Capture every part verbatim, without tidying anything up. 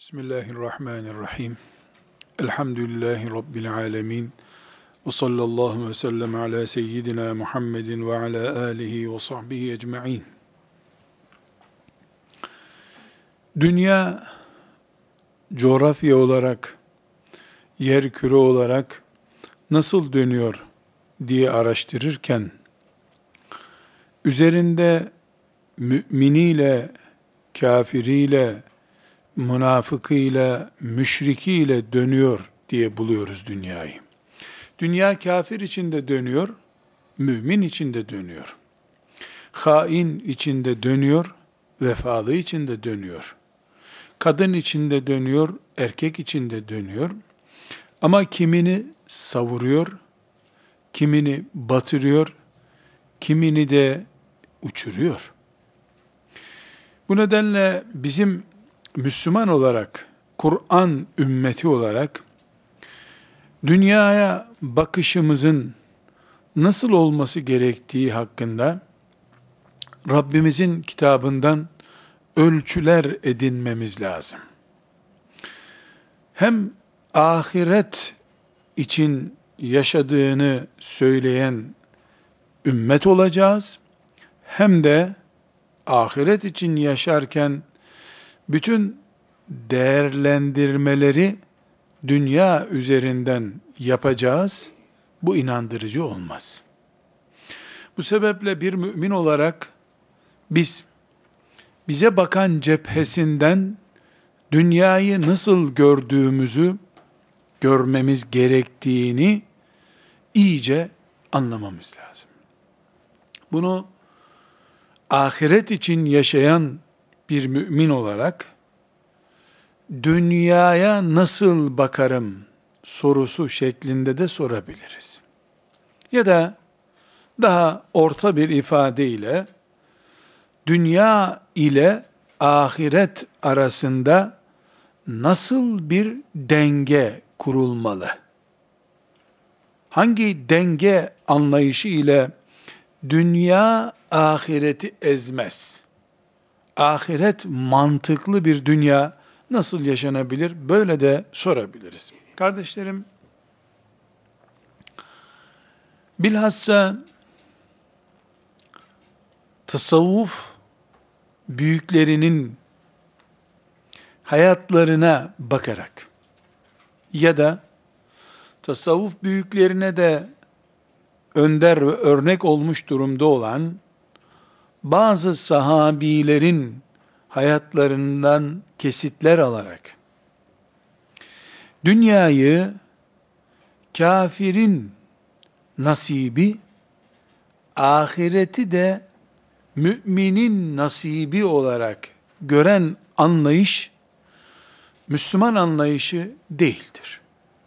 Bismillahirrahmanirrahim. Elhamdülillahi Rabbil alemin. Ve sallallahu ve sellem ala seyyidina Muhammedin ve ala alihi ve sahbihi ecma'in. Dünya coğrafya olarak, yer küre olarak nasıl dönüyor diye araştırırken, üzerinde müminiyle, kafiriyle, münafıkıyla, müşrikiyle dönüyor diye buluyoruz dünyayı. Dünya kafir içinde dönüyor, mümin içinde dönüyor. Hain içinde dönüyor, vefalı içinde dönüyor. Kadın içinde dönüyor, erkek içinde dönüyor. Ama kimini savuruyor, kimini batırıyor, kimini de uçuruyor. Bu nedenle bizim Müslüman olarak, Kur'an ümmeti olarak dünyaya bakışımızın nasıl olması gerektiği hakkında Rabbimizin kitabından ölçüler edinmemiz lazım. Hem ahiret için yaşadığını söyleyen ümmet olacağız, hem de ahiret için yaşarken bütün değerlendirmeleri dünya üzerinden yapacağız. Bu inandırıcı olmaz. Bu sebeple bir mümin olarak biz bize bakan cephesinden dünyayı nasıl gördüğümüzü görmemiz gerektiğini iyice anlamamız lazım. Bunu ahiret için yaşayan bir mümin olarak dünyaya nasıl bakarım sorusu şeklinde de sorabiliriz. Ya da daha orta bir ifadeyle dünya ile ahiret arasında nasıl bir denge kurulmalı? Hangi denge anlayışı ile dünya ahireti ezmez? Ahiret mantıklı bir dünya nasıl yaşanabilir? Böyle de sorabiliriz. Kardeşlerim, bilhassa tasavvuf büyüklerinin hayatlarına bakarak ya da tasavvuf büyüklerine de önder ve örnek olmuş durumda olan bazı sahabilerin hayatlarından kesitler alarak dünyayı kafirin nasibi, ahireti de müminin nasibi olarak gören anlayış Müslüman anlayışı değildir.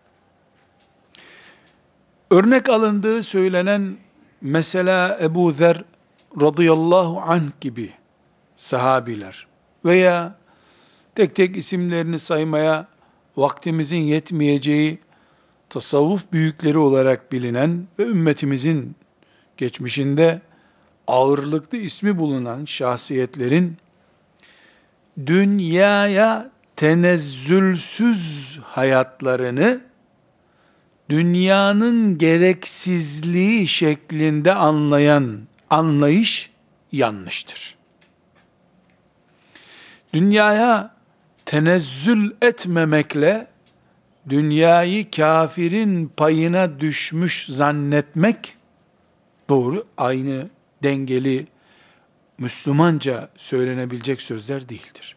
Örnek alındığı söylenen mesela Ebu Zer radıyallahu anh gibi sahabiler veya tek tek isimlerini saymaya vaktimizin yetmeyeceği tasavvuf büyükleri olarak bilinen ve ümmetimizin geçmişinde ağırlıklı ismi bulunan şahsiyetlerin dünyaya tenezzülsüz hayatlarını dünyanın gereksizliği şeklinde anlayan anlayış yanlıştır. Dünyaya tenezzül etmemekle dünyayı kafirin payına düşmüş zannetmek doğru, aynı dengeli Müslümanca söylenebilecek sözler değildir.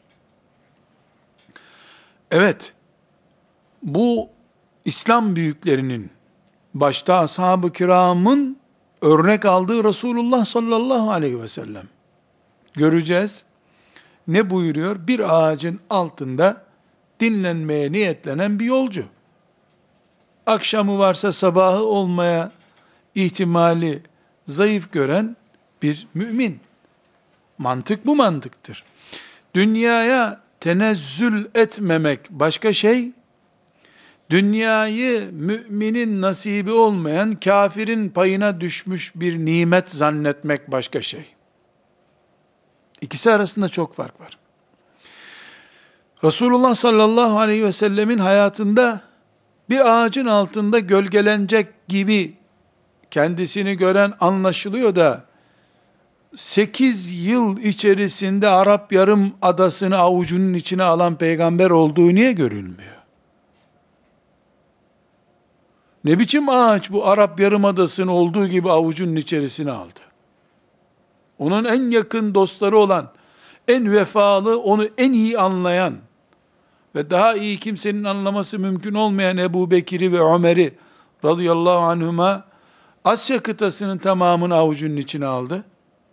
Evet, bu İslam büyüklerinin başta ashab-ı kiramın örnek aldığı Resulullah sallallahu aleyhi ve sellem. Göreceğiz. Ne buyuruyor? Bir ağacın altında dinlenmeye niyetlenen bir yolcu. Akşamı varsa sabahı olmaya ihtimali zayıf gören bir mümin. Mantık bu mantıktır. Dünyaya tenezzül etmemek başka şey, dünyayı müminin nasibi olmayan kafirin payına düşmüş bir nimet zannetmek başka şey. İkisi arasında çok fark var. Resulullah sallallahu aleyhi ve sellemin hayatında bir ağacın altında gölgelenecek gibi kendisini gören anlaşılıyor da sekiz yıl içerisinde Arap Yarımadası'nı avucunun içine alan peygamber olduğu niye görülmüyor? Ne biçim ağaç bu Arap Yarımadası'nın olduğu gibi avucunun içerisine aldı? Onun en yakın dostları olan, en vefalı, onu en iyi anlayan ve daha iyi kimsenin anlaması mümkün olmayan Ebu Bekir'i ve Ömer'i radıyallahu anhuma Asya kıtasının tamamını avucunun içine aldı.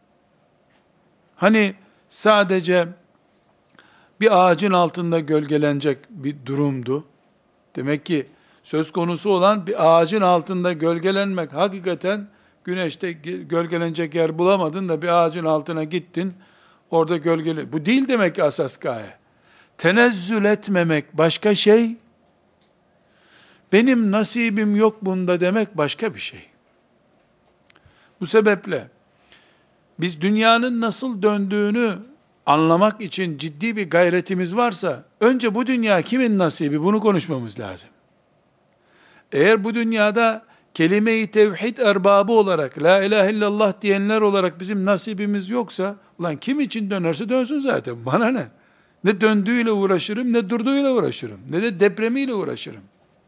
Hani sadece bir ağacın altında gölgelenecek bir durumdu. Demek ki söz konusu olan bir ağacın altında gölgelenmek, hakikaten güneşte gölgelenecek yer bulamadın da bir ağacın altına gittin, orada gölgele. Bu değil demek ki asas gaye. Tenezzül etmemek başka şey, benim nasibim yok bunda demek başka bir şey. Bu sebeple biz dünyanın nasıl döndüğünü anlamak için ciddi bir gayretimiz varsa, önce bu dünya kimin nasibi bunu konuşmamız lazım. Eğer bu dünyada kelime-i tevhid erbabı olarak, la ilahe illallah diyenler olarak bizim nasibimiz yoksa, ulan kim için dönerse dönsün zaten, bana ne? Ne döndüğüyle uğraşırım, ne durduğuyla uğraşırım, ne de depremiyle uğraşırım.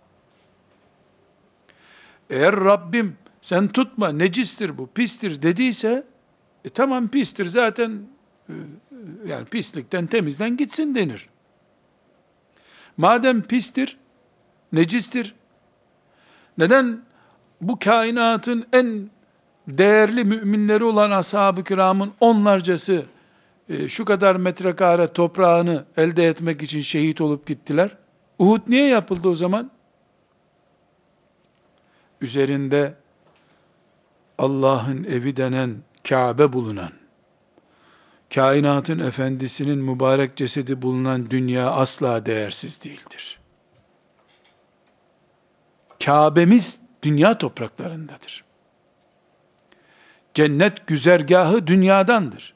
Eğer Rabbim sen tutma, necistir bu, pistir dediyse, e tamam pistir zaten, e, yani pislikten temizden gitsin denir. Madem pistir, necistir, neden bu kainatın en değerli müminleri olan ashab-ı kiramın onlarcası e, şu kadar metrekare toprağını elde etmek için şehit olup gittiler? Uhud niye yapıldı o zaman? Üzerinde Allah'ın evi denen Kabe bulunan, kainatın efendisinin mübarek cesedi bulunan dünya asla değersiz değildir. Kabe'miz dünya topraklarındadır. Cennet güzergahı dünyadandır.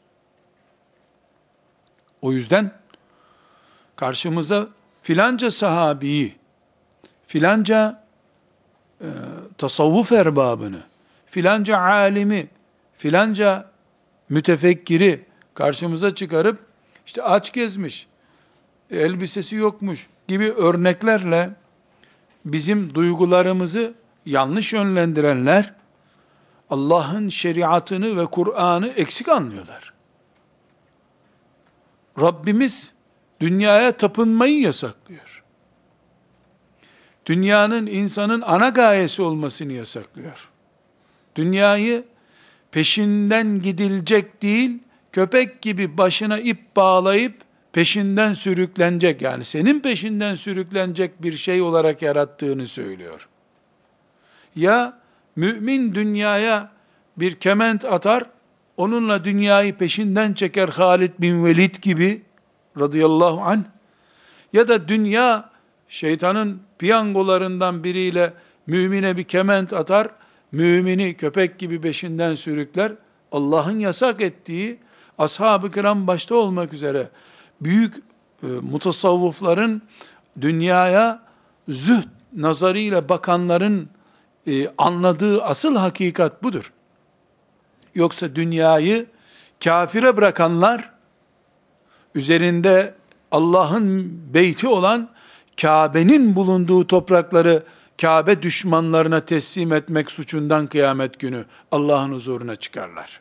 O yüzden karşımıza filanca sahabiyi, filanca e, tasavvuf erbabını, filanca alimi, filanca mütefekkiri karşımıza çıkarıp, işte aç gezmiş, elbisesi yokmuş gibi örneklerle bizim duygularımızı yanlış yönlendirenler, Allah'ın şeriatını ve Kur'an'ı eksik anlıyorlar. Rabbimiz dünyaya tapınmayı yasaklıyor. Dünyanın insanın ana gayesi olmasını yasaklıyor. Dünyayı peşinden gidilecek değil, köpek gibi başına ip bağlayıp peşinden sürüklenecek, yani senin peşinden sürüklenecek bir şey olarak yarattığını söylüyor. Ya mümin dünyaya bir kement atar, onunla dünyayı peşinden çeker Halid bin Velid gibi radıyallahu anh, ya da dünya şeytanın piyangolarından biriyle mümine bir kement atar, mümini köpek gibi peşinden sürükler. Allah'ın yasak ettiği, ashab-ı kiram başta olmak üzere büyük e, mutasavvıfların dünyaya zühd nazarıyla bakanların e, anladığı asıl hakikat budur. Yoksa dünyayı kafire bırakanlar, üzerinde Allah'ın beyti olan Kabe'nin bulunduğu toprakları Kabe düşmanlarına teslim etmek suçundan kıyamet günü Allah'ın huzuruna çıkarlar.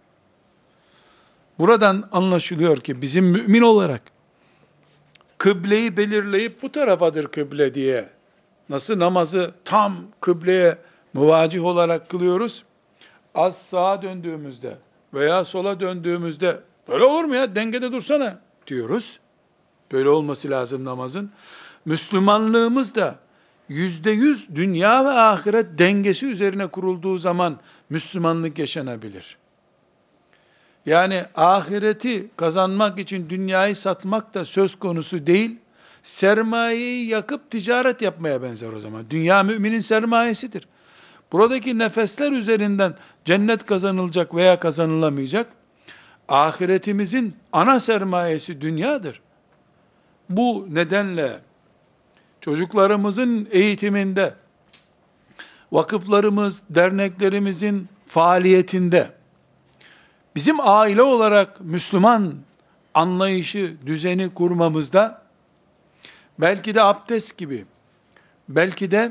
Buradan anlaşılıyor ki bizim mümin olarak kıbleyi belirleyip bu tarafadır kıble diye, nasıl namazı tam kıbleye muvacih olarak kılıyoruz, az sağa döndüğümüzde veya sola döndüğümüzde böyle olur mu ya, dengede dursana diyoruz. Böyle olması lazım namazın. Müslümanlığımız da yüzde yüz dünya ve ahiret dengesi üzerine kurulduğu zaman Müslümanlık yaşanabilir. Yani ahireti kazanmak için dünyayı satmak da söz konusu değil, sermayeyi yakıp ticaret yapmaya benzer o zaman. Dünya müminin sermayesidir. Buradaki nefesler üzerinden cennet kazanılacak veya kazanılamayacak. Ahiretimizin ana sermayesi dünyadır. Bu nedenle çocuklarımızın eğitiminde, vakıflarımız, derneklerimizin faaliyetinde, bizim aile olarak Müslüman anlayışı, düzeni kurmamızda, belki de abdest gibi, belki de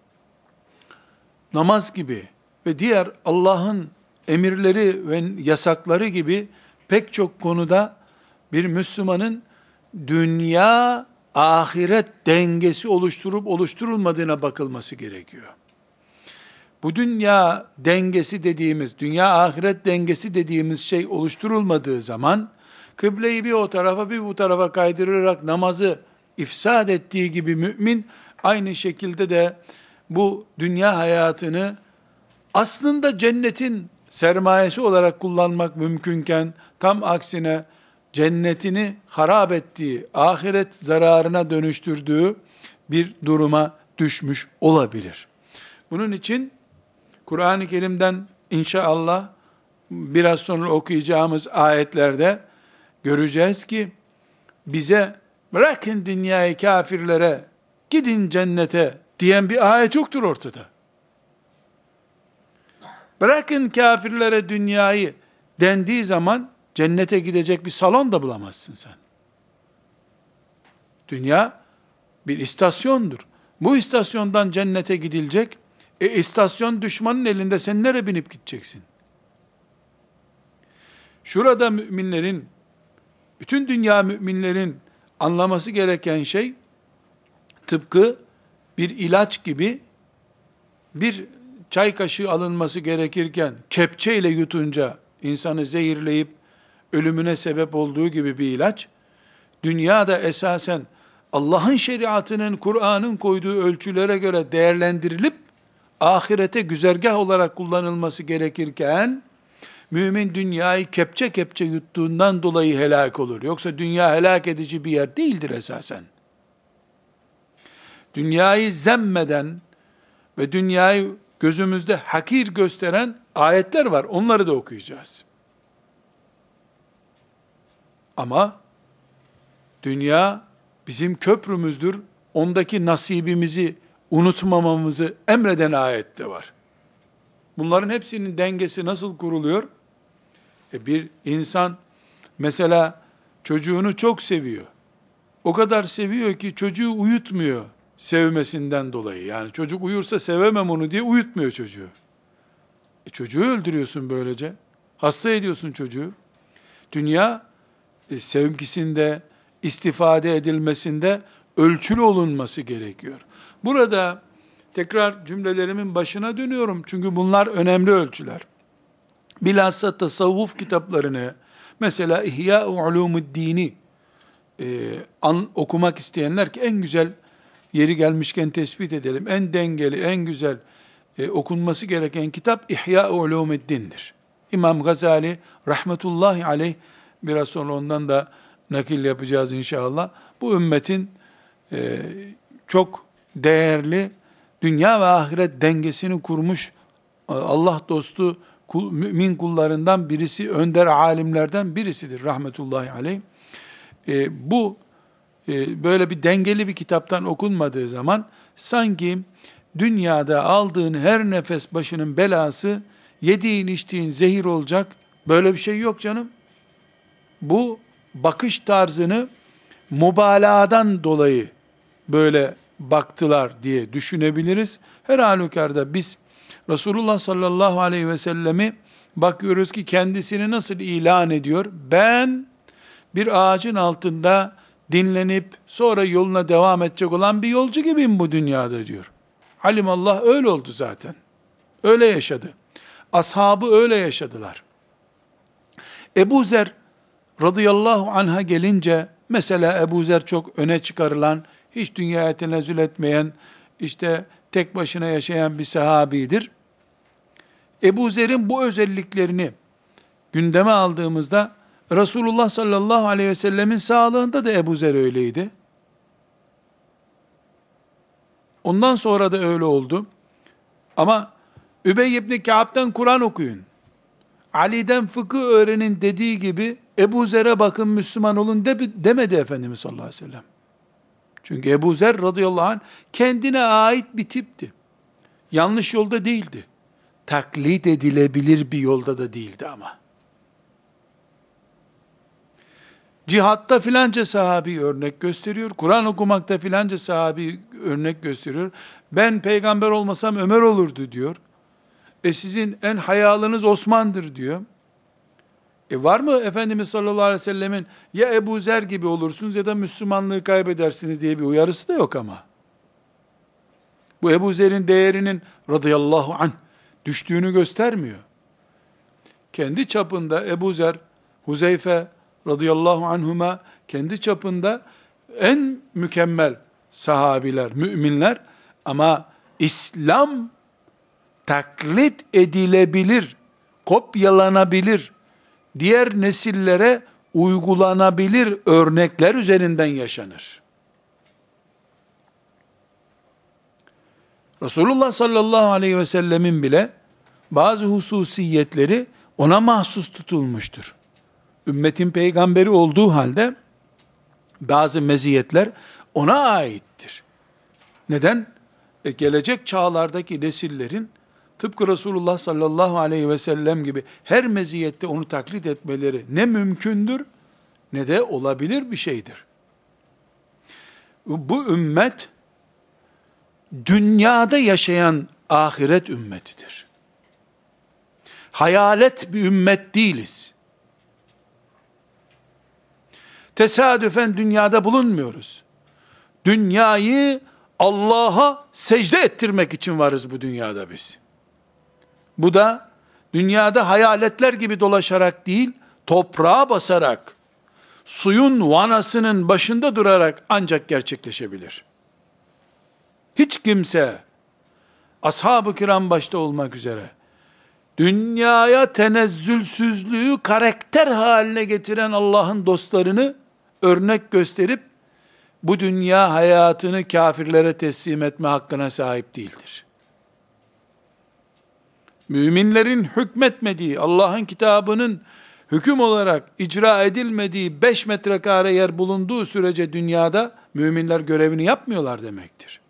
namaz gibi ve diğer Allah'ın emirleri ve yasakları gibi pek çok konuda bir Müslümanın dünya ahiret dengesi oluşturup oluşturulmadığına bakılması gerekiyor. Bu dünya dengesi dediğimiz, dünya ahiret dengesi dediğimiz şey oluşturulmadığı zaman, kıbleyi bir o tarafa bir bu tarafa kaydırarak namazı ifsad ettiği gibi mümin, aynı şekilde de bu dünya hayatını aslında cennetin sermayesi olarak kullanmak mümkünken, tam aksine cennetini harap ettiği, ahiret zararına dönüştürdüğü bir duruma düşmüş olabilir. Bunun için Kur'an-ı Kerim'den inşallah biraz sonra okuyacağımız ayetlerde göreceğiz ki bize bırakın dünyayı kafirlere, gidin cennete diyen bir ayet yoktur ortada. Bırakın kafirlere dünyayı dendiği zaman cennete gidecek bir salon da bulamazsın sen. Dünya bir istasyondur. Bu istasyondan cennete gidilecek. E istasyon düşmanın elinde, sen nereye binip gideceksin? Şurada müminlerin, bütün dünya müminlerin anlaması gereken şey, tıpkı bir ilaç gibi, bir çay kaşığı alınması gerekirken kepçeyle yutunca insanı zehirleyip ölümüne sebep olduğu gibi bir ilaç, dünyada esasen Allah'ın şeriatının, Kur'an'ın koyduğu ölçülere göre değerlendirilip ahirete güzergah olarak kullanılması gerekirken, mümin dünyayı kepçe kepçe yuttuğundan dolayı helak olur. Yoksa dünya helak edici bir yer değildir esasen. Dünyayı zemmeden ve dünyayı gözümüzde hakir gösteren ayetler var. Onları da okuyacağız. Ama dünya bizim köprümüzdür. Ondaki nasibimizi unutmamamızı emreden ayette var. Bunların hepsinin dengesi nasıl kuruluyor? E bir insan mesela çocuğunu çok seviyor. O kadar seviyor ki çocuğu uyutmuyor sevmesinden dolayı. Yani çocuk uyursa sevemem onu diye uyutmuyor çocuğu. E çocuğu öldürüyorsun böylece. Hasta ediyorsun çocuğu. Dünya e, sevgisinde, istifade edilmesinde ölçülü olunması gerekiyor. Burada tekrar cümlelerimin başına dönüyorum. Çünkü bunlar önemli ölçüler. Bilhassa tasavvuf kitaplarını, mesela İhya-u Ulumu'd-Dini e, an, okumak isteyenler, ki en güzel, yeri gelmişken tespit edelim, en dengeli, en güzel e, okunması gereken kitap İhya-u Ulumu'd-Din'dir. İmam Gazali rahmetullahi aleyh, biraz sonra ondan da nakil yapacağız inşallah. Bu ümmetin e, çok değerli, dünya ve ahiret dengesini kurmuş Allah dostu kul, mümin kullarından birisi, önder alimlerden birisidir rahmetullahi aleyh. E, bu e, böyle bir dengeli bir kitaptan okunmadığı zaman sanki dünyada aldığın her nefes başının belası, yediğin içtiğin zehir olacak. Böyle bir şey yok canım. Bu bakış tarzını mübalağadan dolayı böyle baktılar diye düşünebiliriz. Her halükarda biz Resulullah sallallahu aleyhi ve sellemi bakıyoruz ki kendisini nasıl ilan ediyor? Ben bir ağacın altında dinlenip sonra yoluna devam edecek olan bir yolcu gibiyim bu dünyada diyor. Alimallah öyle oldu zaten. Öyle yaşadı. Ashabı öyle yaşadılar. Ebu Zer radıyallahu anh'a gelince, mesela Ebu Zer çok öne çıkarılan, hiç dünyaya tenezzül etmeyen, işte tek başına yaşayan bir sahabidir. Ebu Zer'in bu özelliklerini gündeme aldığımızda, Resulullah sallallahu aleyhi ve sellemin sağlığında da Ebu Zer öyleydi. Ondan sonra da öyle oldu. Ama Übey ibn Ka'b'den Kur'an okuyun, Ali'den fıkıh öğrenin dediği gibi, Ebu Zer'e bakın Müslüman olun de, demedi Efendimiz sallallahu aleyhi ve sellem. Çünkü Ebu Zer radıyallahu anh kendine ait bir tipti. Yanlış yolda değildi. Taklit edilebilir bir yolda da değildi ama. Cihatta filanca sahabi örnek gösteriyor. Kur'an okumakta filanca sahabi örnek gösteriyor. Ben peygamber olmasam Ömer olurdu diyor. E sizin en hayalınız Osman'dır diyor. E var mı Efendimiz sallallahu aleyhi ve sellemin ya Ebu Zer gibi olursunuz ya da Müslümanlığı kaybedersiniz diye bir uyarısı da yok ama. Bu Ebu Zer'in değerinin radıyallahu anh düştüğünü göstermiyor. Kendi çapında Ebu Zer, Huzeyfe radıyallahu anhuma kendi çapında en mükemmel sahabiler, müminler ama İslam taklit edilebilir, kopyalanabilir, diğer nesillere uygulanabilir örnekler üzerinden yaşanır. Resulullah sallallahu aleyhi ve sellemin bile bazı hususiyetleri ona mahsus tutulmuştur. Ümmetin peygamberi olduğu halde bazı meziyetler ona aittir. Neden? E gelecek çağlardaki nesillerin tıpkı Resulullah sallallahu aleyhi ve sellem gibi her meziyette onu taklit etmeleri ne mümkündür ne de olabilir bir şeydir. Bu ümmet dünyada yaşayan ahiret ümmetidir. Hayalet bir ümmet değiliz. Tesadüfen dünyada bulunmuyoruz. Dünyayı Allah'a secde ettirmek için varız bu dünyada biz. Bu da dünyada hayaletler gibi dolaşarak değil, toprağa basarak, suyun vanasının başında durarak ancak gerçekleşebilir. Hiç kimse, ashab-ı kiram başta olmak üzere, dünyaya tenezzülsüzlüğü karakter haline getiren Allah'ın dostlarını örnek gösterip, bu dünya hayatını kafirlere teslim etme hakkına sahip değildir. Müminlerin hükmetmediği, Allah'ın kitabının hüküm olarak icra edilmediği beş metrekare yer bulunduğu sürece dünyada müminler görevini yapmıyorlar demektir.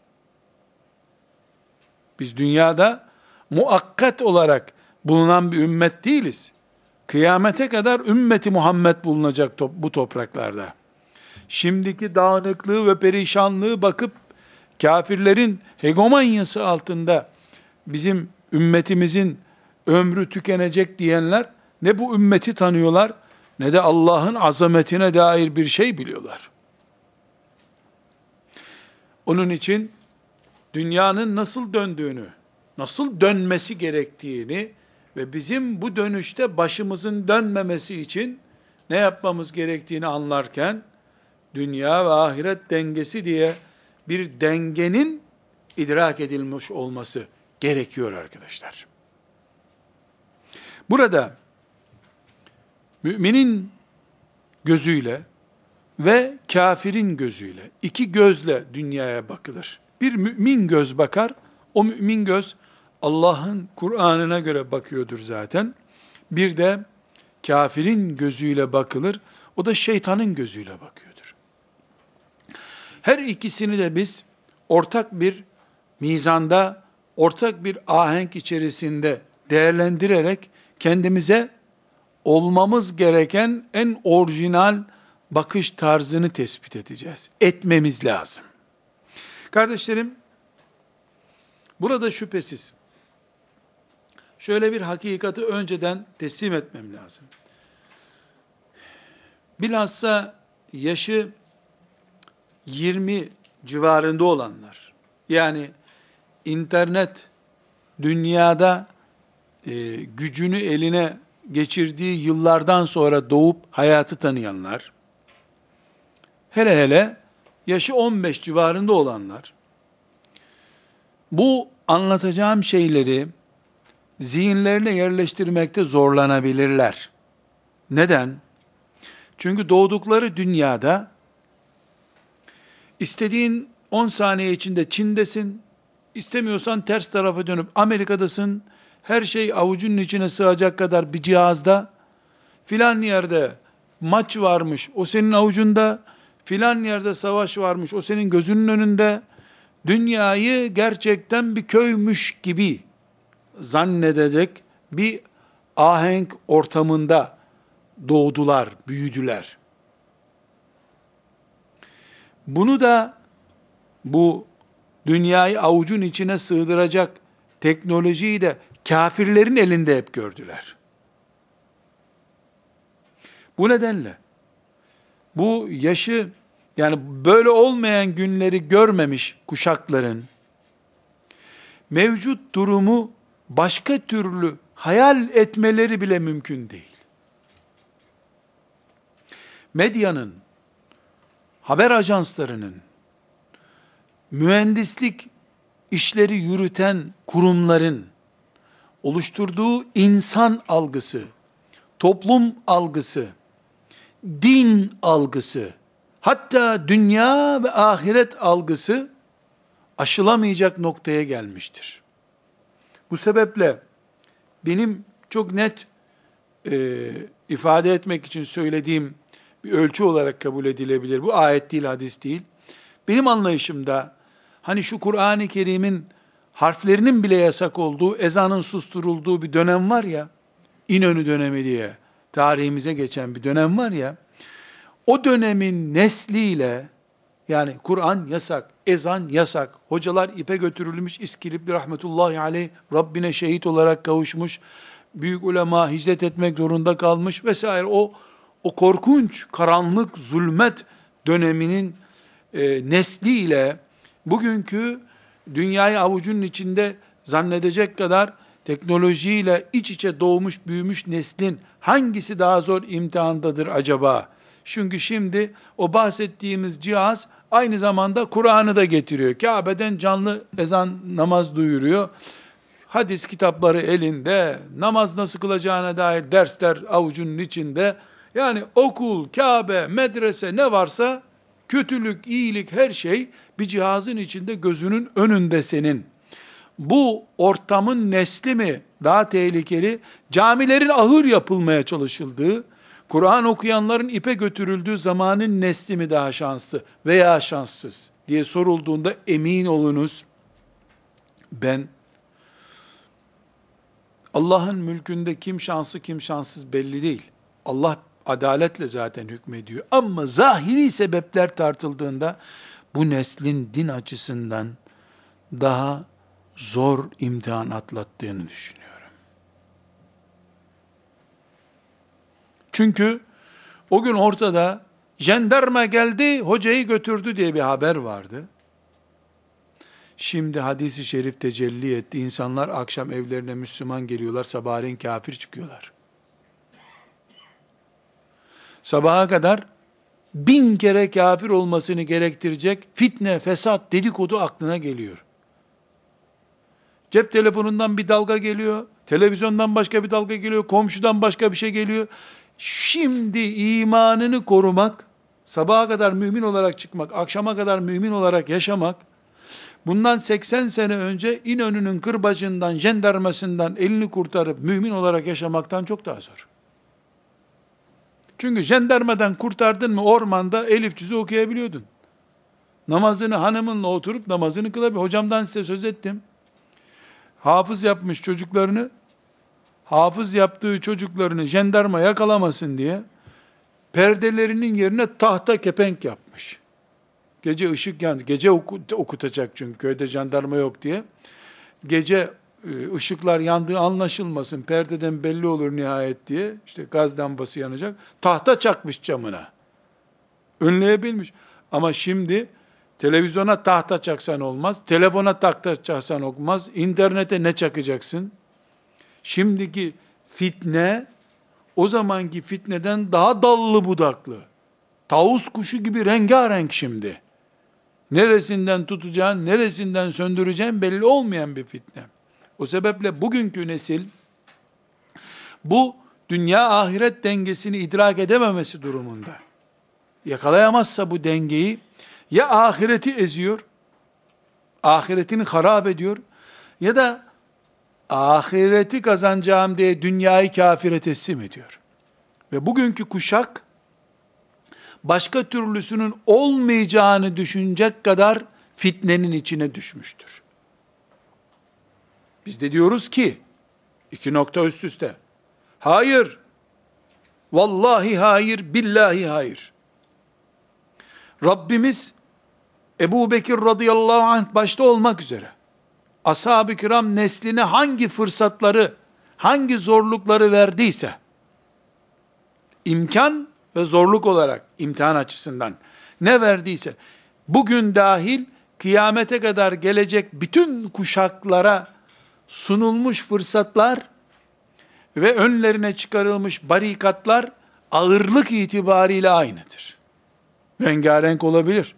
Biz dünyada muakkat olarak bulunan bir ümmet değiliz. Kıyamete kadar ümmeti Muhammed bulunacak top, bu topraklarda. Şimdiki dağınıklığı ve perişanlığı bakıp kafirlerin hegemonyası altında bizim ümmetimizin ömrü tükenecek diyenler ne bu ümmeti tanıyorlar ne de Allah'ın azametine dair bir şey biliyorlar. Onun için dünyanın nasıl döndüğünü, nasıl dönmesi gerektiğini ve bizim bu dönüşte başımızın dönmemesi için ne yapmamız gerektiğini anlarken, dünya ve ahiret dengesi diye bir dengenin idrak edilmiş olması gerekiyor arkadaşlar. Burada müminin gözüyle ve kafirin gözüyle, iki gözle dünyaya bakılır. Bir mümin göz bakar, o mümin göz Allah'ın Kur'an'ına göre bakıyordur zaten. Bir de kafirin gözüyle bakılır, o da şeytanın gözüyle bakıyordur. Her ikisini de biz ortak bir mizanda, ortak bir ahenk içerisinde değerlendirerek kendimize olmamız gereken en orijinal bakış tarzını tespit edeceğiz. Etmemiz lazım. Kardeşlerim, burada şüphesiz şöyle bir hakikati önceden teslim etmem lazım. Bilhassa yaşı yirmi civarında olanlar, yani internet dünyada e, gücünü eline geçirdiği yıllardan sonra doğup hayatı tanıyanlar, hele hele yaşı on beş civarında olanlar, bu anlatacağım şeyleri zihinlerine yerleştirmekte zorlanabilirler. Neden? Çünkü doğdukları dünyada istediğin on saniye içinde Çin'desin, istemiyorsan ters tarafa dönüp Amerika'dasın, her şey avucunun içine sığacak kadar bir cihazda, filan yerde maç varmış, o senin avucunda, filan yerde savaş varmış, o senin gözünün önünde. Dünyayı gerçekten bir köymüş gibi zannedecek bir ahenk ortamında doğdular, büyüdüler. Bunu da bu dünyayı avucun içine sığdıracak teknolojiyi de kafirlerin elinde hep gördüler. Bu nedenle bu yaşı, yani böyle olmayan günleri görmemiş kuşakların mevcut durumu başka türlü hayal etmeleri bile mümkün değil. Medyanın, haber ajanslarının, mühendislik işleri yürüten kurumların oluşturduğu insan algısı, toplum algısı, din algısı, hatta dünya ve ahiret algısı aşılamayacak noktaya gelmiştir. Bu sebeple benim çok net e, ifade etmek için söylediğim bir ölçü olarak kabul edilebilir. Bu ayet değil, hadis değil. Benim anlayışımda hani şu Kur'an-ı Kerim'in harflerinin bile yasak olduğu, ezanın susturulduğu bir dönem var ya, İnönü dönemi diye tarihimize geçen bir dönem var ya, o dönemin nesliyle, yani Kur'an yasak, ezan yasak, hocalar ipe götürülmüş, İskilipli rahmetullahi aleyh Rabbine şehit olarak kavuşmuş, büyük ulema hicret etmek zorunda kalmış vesaire, o o korkunç karanlık zulmet döneminin e, nesliyle bugünkü dünyayı avucunun içinde zannedecek kadar teknolojiyle iç içe doğmuş büyümüş neslin hangisi daha zor imtihandadır acaba? Çünkü şimdi o bahsettiğimiz cihaz aynı zamanda Kur'an'ı da getiriyor. Kabe'den canlı ezan namaz duyuruyor. Hadis kitapları elinde, namaz nasıl kılacağına dair dersler avucunun içinde. Yani okul, Kabe, medrese ne varsa kötülük, iyilik her şey bir cihazın içinde gözünün önünde senin. Bu ortamın nesli mi daha tehlikeli? Camilerin ahır yapılmaya çalışıldığı, Kur'an okuyanların ipe götürüldüğü zamanın nesli mi daha şanslı veya şanssız diye sorulduğunda emin olunuz, ben Allah'ın mülkünde kim şanslı kim şanssız belli değil. Allah adaletle zaten hükmediyor. Ama zahiri sebepler tartıldığında bu neslin din açısından daha zor imtihan atlattığını düşünüyorum. Çünkü o gün ortada jandarma geldi, hocayı götürdü diye bir haber vardı. Şimdi hadis-i şerif tecelli etti. İnsanlar akşam evlerine Müslüman geliyorlar, sabahleyin kafir çıkıyorlar. Sabaha kadar bin kere kafir olmasını gerektirecek fitne, fesat, dedikodu aklına geliyor. Cep telefonundan bir dalga geliyor, televizyondan başka bir dalga geliyor, komşudan başka bir şey geliyor. Şimdi imanını korumak, sabaha kadar mümin olarak çıkmak, akşama kadar mümin olarak yaşamak, bundan seksen sene önce İnönü'nün kırbacından, jandarmasından elini kurtarıp mümin olarak yaşamaktan çok daha zor. Çünkü jandarmadan kurtardın mı ormanda elif cüzü okuyabiliyordun. Namazını hanımınla oturup namazını kılabiliyordun. Hocamdan size söz ettim. Hafız yapmış çocuklarını, hafız yaptığı çocuklarını jandarma yakalamasın diye perdelerinin yerine tahta kepenk yapmış. Gece ışık yandı. Gece okutacak çünkü köyde jandarma yok diye. Gece ışıklar yandığı anlaşılmasın, perdeden belli olur nihayet diye, işte gaz lambası yanacak, tahta çakmış camına. Önleyebilmiş. Ama şimdi televizyona tahta çaksan olmaz, telefona tahta çaksan olmaz, internete ne çakacaksın? Şimdiki fitne, o zamanki fitneden daha dallı budaklı. Tavus kuşu gibi rengarenk şimdi. Neresinden tutacağın, neresinden söndüreceğin belli olmayan bir fitne. O sebeple bugünkü nesil, bu dünya ahiret dengesini idrak edememesi durumunda, yakalayamazsa bu dengeyi, ya ahireti eziyor, ahiretini harap ediyor, ya da ahireti kazanacağım diye dünyayı kafire teslim ediyor. Ve bugünkü kuşak, başka türlüsünün olmayacağını düşünecek kadar fitnenin içine düşmüştür. Biz de diyoruz ki, iki nokta üst üste, hayır, vallahi hayır, billahi hayır. Rabbimiz, Ebu Bekir radıyallahu anh başta olmak üzere, ashab-ı kiram nesline hangi fırsatları, hangi zorlukları verdiyse, imkan ve zorluk olarak, imtihan açısından ne verdiyse, bugün dahil kıyamete kadar gelecek bütün kuşaklara sunulmuş fırsatlar ve önlerine çıkarılmış barikatlar ağırlık itibariyle aynıdır. Rengarenk olabilir.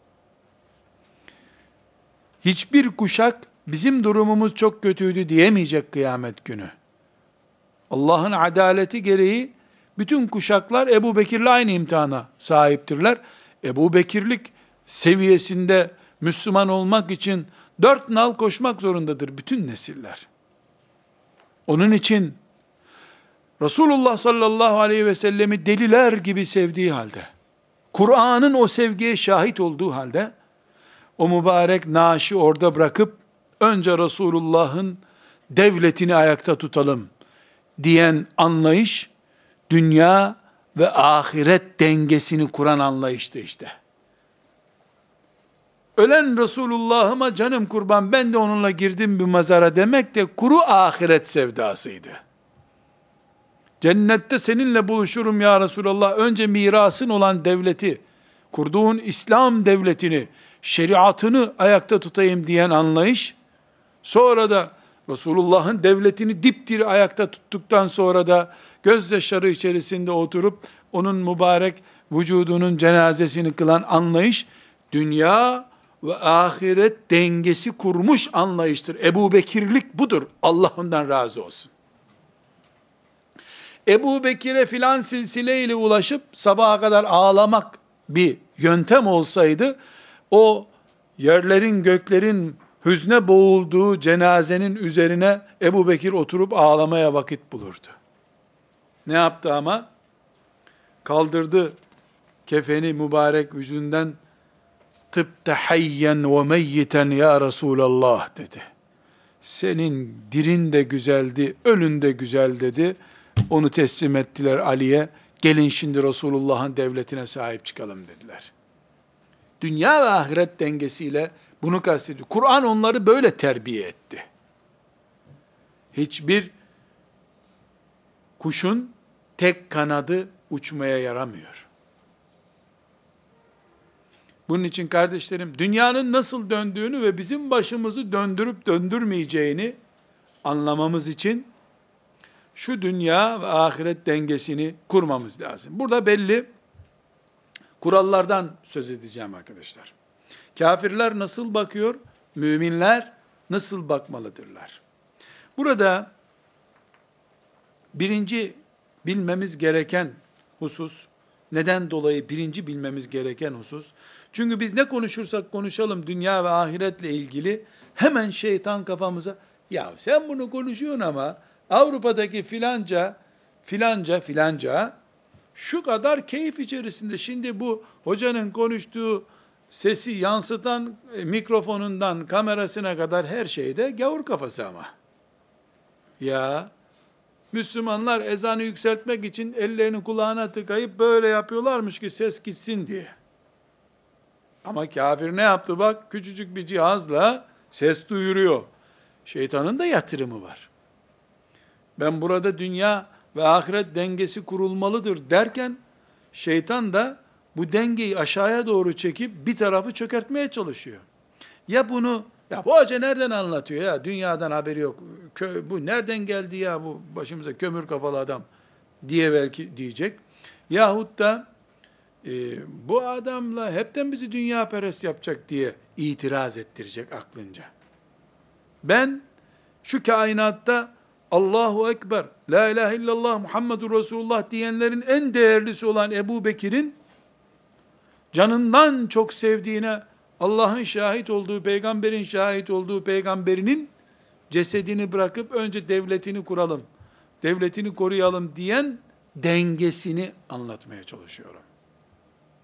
Hiçbir kuşak bizim durumumuz çok kötüydü diyemeyecek kıyamet günü. Allah'ın adaleti gereği bütün kuşaklar Ebu Bekir'le aynı imtihana sahiptirler. Ebu Bekirlik seviyesinde Müslüman olmak için dört nal koşmak zorundadır bütün nesiller. Onun için Resulullah sallallahu aleyhi ve sellemi deliler gibi sevdiği halde, Kur'an'ın o sevgiye şahit olduğu halde, o mübarek naaşı orada bırakıp, önce Resulullah'ın devletini ayakta tutalım diyen anlayış, dünya ve ahiret dengesini kuran anlayıştı işte. Ölen Resulullah'ıma canım kurban, ben de onunla girdim bir mezara demek de kuru ahiret sevdasıydı. Cennette seninle buluşurum ya Resulallah, önce mirasın olan devleti, kurduğun İslam devletini, şeriatını ayakta tutayım diyen anlayış, sonra da Resulullah'ın devletini dipdiri ayakta tuttuktan sonra da gözyaşları içerisinde oturup onun mübarek vücudunun cenazesini kılan anlayış, dünya ve ahiret dengesi kurmuş anlayıştır. Ebu Bekirlik budur. Allah ondan razı olsun. Ebu Bekir'e filan silsileyle ulaşıp sabaha kadar ağlamak bir yöntem olsaydı, o yerlerin göklerin hüzne boğulduğu cenazenin üzerine Ebu Bekir oturup ağlamaya vakit bulurdu. Ne yaptı ama? Kaldırdı kefeni mübarek yüzünden, tıbte hayyen ve meyyiten ya Resulallah dedi. Senin dirin de güzeldi, ölün de güzel dedi. Onu teslim ettiler Ali'ye. Gelin şimdi Resulullah'ın devletine sahip çıkalım dediler. Dünya ve ahiret dengesiyle bunu kastediyor. Kur'an onları böyle terbiye etti. Hiçbir kuşun tek kanadı uçmaya yaramıyor. Bunun için kardeşlerim, dünyanın nasıl döndüğünü ve bizim başımızı döndürüp döndürmeyeceğini anlamamız için şu dünya ve ahiret dengesini kurmamız lazım. Burada belli kurallardan söz edeceğim arkadaşlar. Kafirler nasıl bakıyor? Müminler nasıl bakmalıdırlar? Burada birinci bilmemiz gereken husus, neden dolayı birinci bilmemiz gereken husus, çünkü biz ne konuşursak konuşalım dünya ve ahiretle ilgili, hemen şeytan kafamıza, ya sen bunu konuşuyorsun ama Avrupa'daki filanca, filanca, filanca, şu kadar keyif içerisinde, şimdi bu hocanın konuştuğu sesi yansıtan e, mikrofonundan kamerasına kadar her şeyde gavur kafası ama. Ya, Müslümanlar ezanı yükseltmek için ellerini kulağına tıkayıp böyle yapıyorlarmış ki ses gitsin diye. Ama kafir ne yaptı bak, küçücük bir cihazla ses duyuruyor. Şeytanın da yatırımı var. Ben burada dünya ve ahiret dengesi kurulmalıdır derken, şeytan da bu dengeyi aşağıya doğru çekip bir tarafı çökertmeye çalışıyor. Ya bunu, ya bu hoca nereden anlatıyor ya, dünyadan haberi yok, Kö, bu nereden geldi ya bu başımıza kömür kafalı adam diye belki diyecek. Yahut da e, bu adamla hepten bizi dünya perest yapacak diye itiraz ettirecek aklınca. Ben şu kainatta Allahu Ekber, La ilahe illallah Muhammedur Resulullah diyenlerin en değerlisi olan Ebu Bekir'in canından çok sevdiğine, Allah'ın şahit olduğu, peygamberin şahit olduğu peygamberinin cesedini bırakıp önce devletini kuralım, devletini koruyalım diyen dengesini anlatmaya çalışıyorum.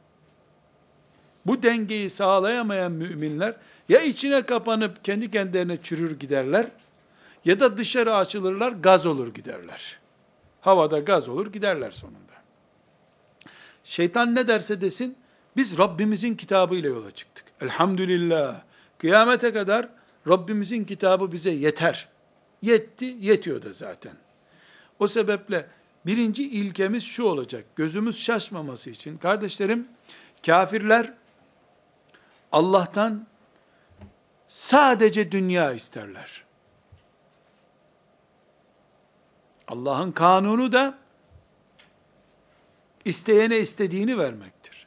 Bu dengeyi sağlayamayan müminler ya içine kapanıp kendi kendilerine çürür giderler ya da dışarı açılırlar, gaz olur giderler. Havada gaz olur giderler sonunda. Şeytan ne derse desin, biz Rabbimizin kitabıyla yola çıktık. Elhamdülillah. Kıyamete kadar Rabbimizin kitabı bize yeter. Yetti, yetiyor da zaten. O sebeple birinci ilkemiz şu olacak. Gözümüz şaşmaması için. Kardeşlerim, kafirler Allah'tan sadece dünya isterler. Allah'ın kanunu da isteyene istediğini vermektir.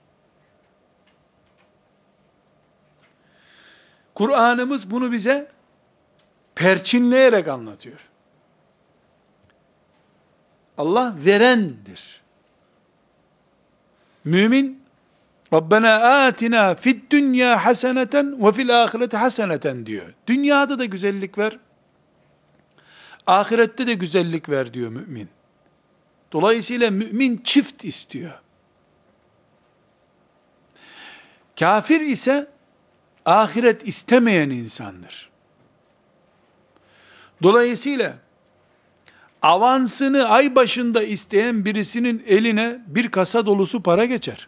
Kur'an'ımız bunu bize perçinleyerek anlatıyor. Allah verendir. Mümin, Rabbena atina fid dünya haseneten ve fil ahireti haseneten diyor. Dünyada da güzellik ver, ahirette de güzellik ver diyor mümin. Dolayısıyla mümin çift istiyor. Kafir ise ahiret istemeyen insandır. Dolayısıyla avansını ay başında isteyen birisinin eline bir kasa dolusu para geçer.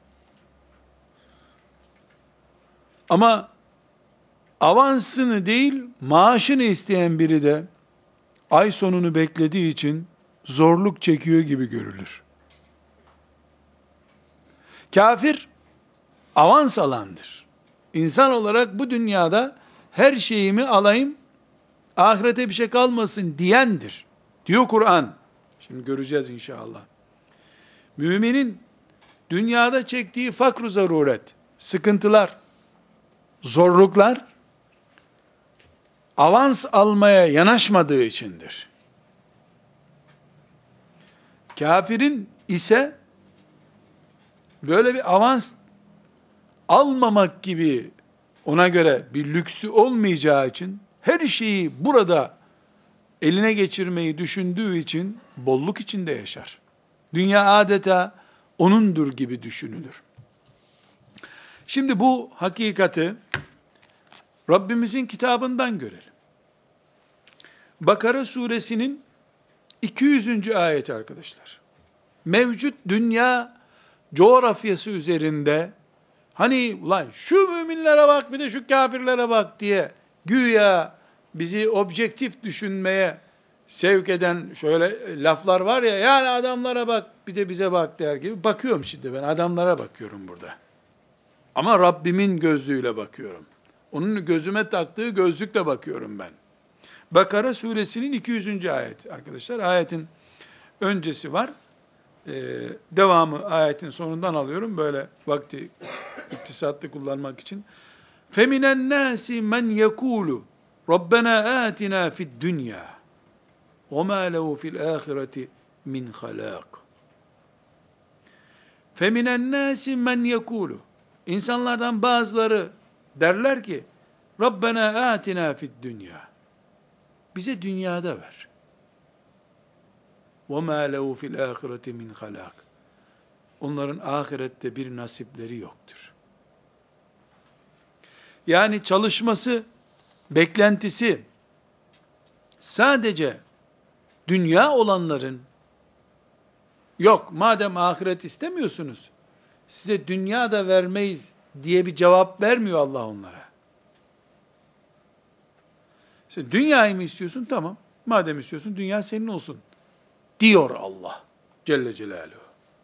Ama avansını değil, maaşını isteyen biri de ay sonunu beklediği için zorluk çekiyor gibi görülür. Kafir avans alandır. İnsan olarak bu dünyada her şeyimi alayım, ahirete bir şey kalmasın diyendir. Diyor Kur'an. Şimdi göreceğiz inşallah. Müminin dünyada çektiği fakr-ı zaruret, sıkıntılar, zorluklar, avans almaya yanaşmadığı içindir. Kafirin ise böyle bir avans almamak gibi ona göre bir lüksü olmayacağı için her şeyi burada eline geçirmeyi düşündüğü için bolluk içinde yaşar. Dünya adeta onundur gibi düşünülür. Şimdi bu hakikati Rabbimizin kitabından görelim. Bakara suresinin iki yüzüncü ayeti arkadaşlar. Mevcut dünya coğrafyası üzerinde hani ulan şu müminlere bak bir de şu kafirlere bak diye güya bizi objektif düşünmeye sevk eden şöyle laflar var ya, yani adamlara bak bir de bize bak der gibi. Bakıyorum şimdi, ben adamlara bakıyorum burada. Ama Rabbimin gözlüğüyle bakıyorum. Onun gözüme taktığı gözlükle bakıyorum ben. Bakara suresinin iki yüzüncü ayet arkadaşlar. Ayetin öncesi var. Ee, devamı ayetin sonundan alıyorum. Böyle vakti iktisatlı kullanmak için. فَمِنَ النَّاسِ مَنْ يَكُولُ رَبَّنَا آتِنَا فِي الدُّنْيَا وَمَا لَهُ فِي الْآخِرَةِ مِنْ خَلَاقٍ فَمِنَ النَّاسِ مَنْ يَكُولُ İnsanlardan bazıları derler ki Rabbena atina fid dünya, bize dünyada ver. وَمَا لَهُ فِي الْآخِرَةِ مِنْ خَلَاقٍ Onların ahirette bir nasipleri yoktur. Yani çalışması, beklentisi sadece dünya olanların, yok madem ahiret istemiyorsunuz, size dünya da vermeyiz diye bir cevap vermiyor Allah onlara. Sen dünyayı mı istiyorsun? Tamam. Madem istiyorsun dünya senin olsun diyor Allah Celle Celaluhu.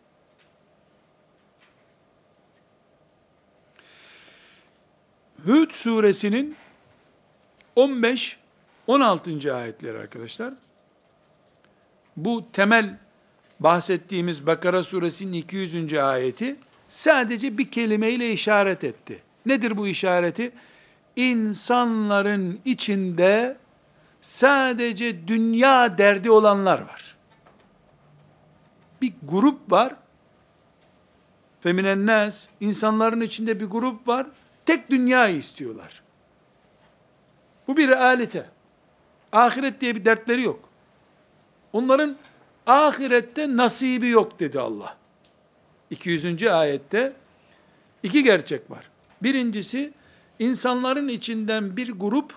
Hud suresinin on beş on altıncı ayetleri arkadaşlar. Bu temel bahsettiğimiz Bakara suresinin iki yüzüncü ayeti sadece bir kelimeyle işaret etti. Nedir bu işareti? İnsanların içinde sadece dünya derdi olanlar var. Bir grup var. Feminen nas, insanların içinde bir grup var. Tek dünyayı istiyorlar. Bu bir realite. Ahiret diye bir dertleri yok. Onların ahirette nasibi yok dedi Allah. iki yüzüncü ayette İki gerçek var. Birincisi, insanların içinden bir grup